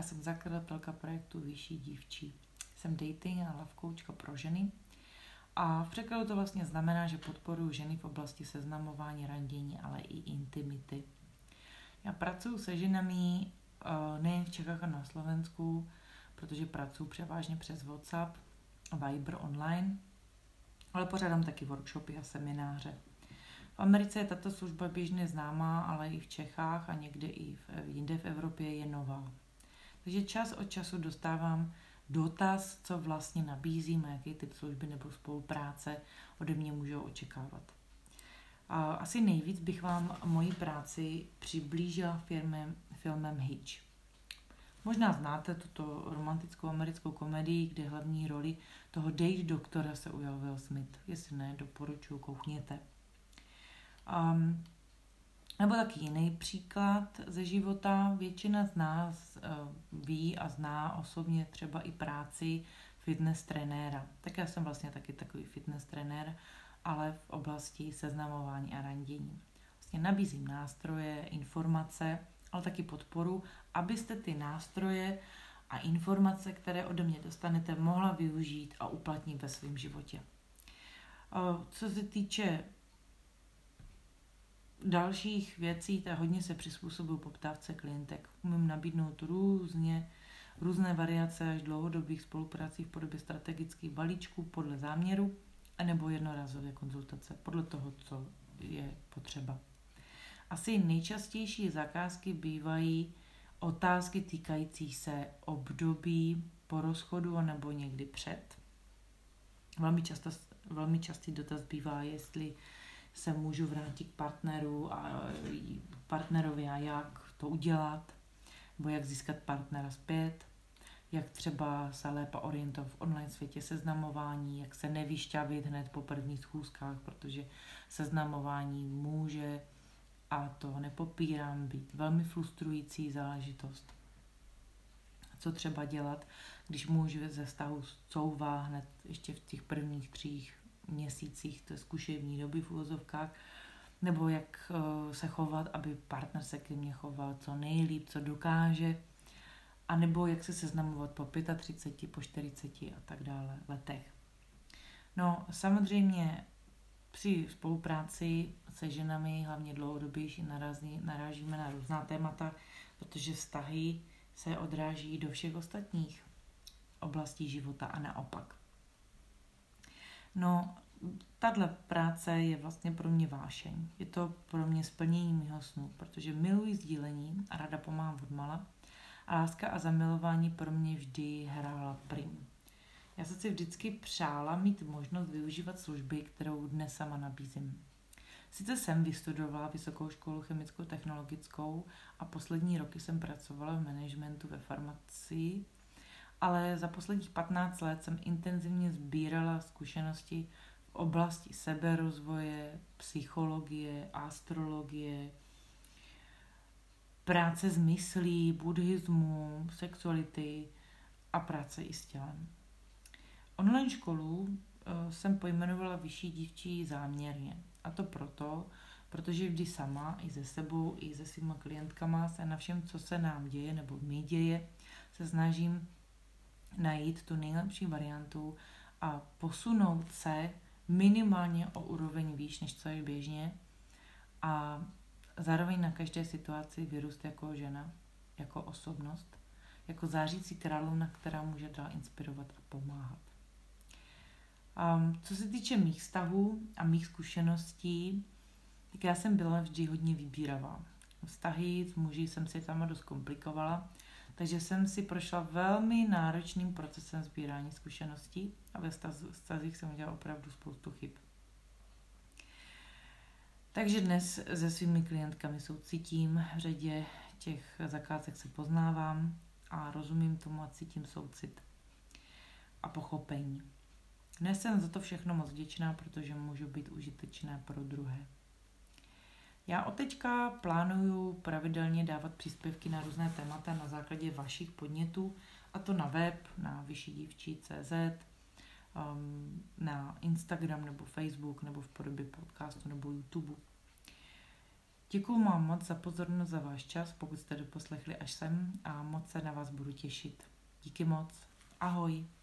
jsem zakladatelka projektu Vyšší dívčí. Jsem dating a love coachka pro ženy a v překladu to vlastně znamená, že podporuji ženy v oblasti seznamování, randění, ale i intimity. Já pracuji se ženami nejen v Čechách a na Slovensku, protože pracuji převážně přes WhatsApp, Viber online, ale pořádám taky workshopy a semináře. V Americe je tato služba běžně známá, ale i v Čechách a někde i jinde v Evropě je nová. Takže čas od času dostávám dotaz, co vlastně nabízím a jaký typ služby nebo spolupráce ode mě můžou očekávat. A asi nejvíc bych vám moji práci přiblížila filmem Hitch. Možná znáte tuto romantickou americkou komedii, kde hlavní roli toho date doktora se ujal Will Smith. Jestli ne, doporučuji, koukněte. Nebo taky jiný příklad ze života. Většina z nás ví a zná osobně třeba i práci fitness trenéra. Tak já jsem vlastně taky takový fitness trenér, ale v oblasti seznamování a randění. Vlastně nabízím nástroje, informace, ale taky podporu, abyste ty nástroje a informace, které ode mě dostanete, mohla využít a uplatnit ve svém životě. Co se týče dalších věcí, tak hodně se přizpůsobuju poptávce klientek. Umím nabídnout různé variace až dlouhodobých spoluprací v podobě strategických balíčků podle záměru, anebo jednorázové konzultace podle toho, co je potřeba. Asi nejčastější zakázky bývají otázky týkající se období po rozchodu nebo někdy před. Velmi častý dotaz bývá, jestli se můžu vrátit k partnerovi a jak to udělat, nebo jak získat partnera zpět, jak třeba se lépe orientovat v online světě seznamování, jak se nevyšťavit hned po prvních schůzkách, protože seznamování může, a to nepopírám, být velmi frustrující záležitost. Co třeba dělat, když muž ze vztahu couvá hned ještě v těch prvních 3 měsících, to je zkušební doby v uvozovkách, nebo jak se chovat, aby partner se ke mně choval co nejlíp, co dokáže, a nebo jak se seznamovat po 35, po 40 a tak dále letech. No samozřejmě při spolupráci se ženami, hlavně dlouhodobější, narážíme na různá témata, protože vztahy se odráží do všech ostatních oblastí života a naopak. No, tahle práce je vlastně pro mě vášeň. Je to pro mě splnění mého snu, protože miluji sdílení a ráda pomáhám odmala a láska a zamilování pro mě vždy hrála prim. Já jsem si vždycky přála mít možnost využívat služby, kterou dnes sama nabízím. Sice jsem vystudovala vysokou školu chemickou technologickou a poslední roky jsem pracovala v managementu ve farmacii, ale za posledních 15 let jsem intenzivně sbírala zkušenosti v oblasti seberozvoje, psychologie, astrologie, práce s myslí, buddhismu, sexuality a práce i s tělem. Online školu jsem pojmenovala Vyšší dívčí záměrně. A to protože vždy sama, i se sebou, i se svýma klientkama se na všem, co se nám děje nebo mi děje, se snažím najít tu nejlepší variantu a posunout se minimálně o úroveň výš, než co je běžně, a zároveň na každé situaci vyrůst jako žena, jako osobnost, jako zářící královna, která může dál inspirovat a pomáhat. Co se týče mých vztahů a mých zkušeností, tak já jsem byla vždy hodně vybíravá. Vztahy s muži jsem si sama dost komplikovala, takže jsem si prošla velmi náročným procesem sbírání zkušeností a ve vztazích jsem udělala opravdu spoustu chyb. Takže dnes se svými klientkami soucítím, v řadě těch zakázek se poznávám a rozumím tomu a cítím soucit a pochopení. Dnes jsem za to všechno moc vděčná, protože můžu být užitečná pro druhé. Já od teďka plánuju pravidelně dávat příspěvky na různé témata na základě vašich podnětů, a to na web, na vyššidívčí.cz, na Instagram nebo Facebook nebo v podobě podcastu nebo YouTube. Děkuju vám moc za pozornost, za váš čas, pokud jste doposlechli až sem a moc se na vás budu těšit. Díky moc. Ahoj.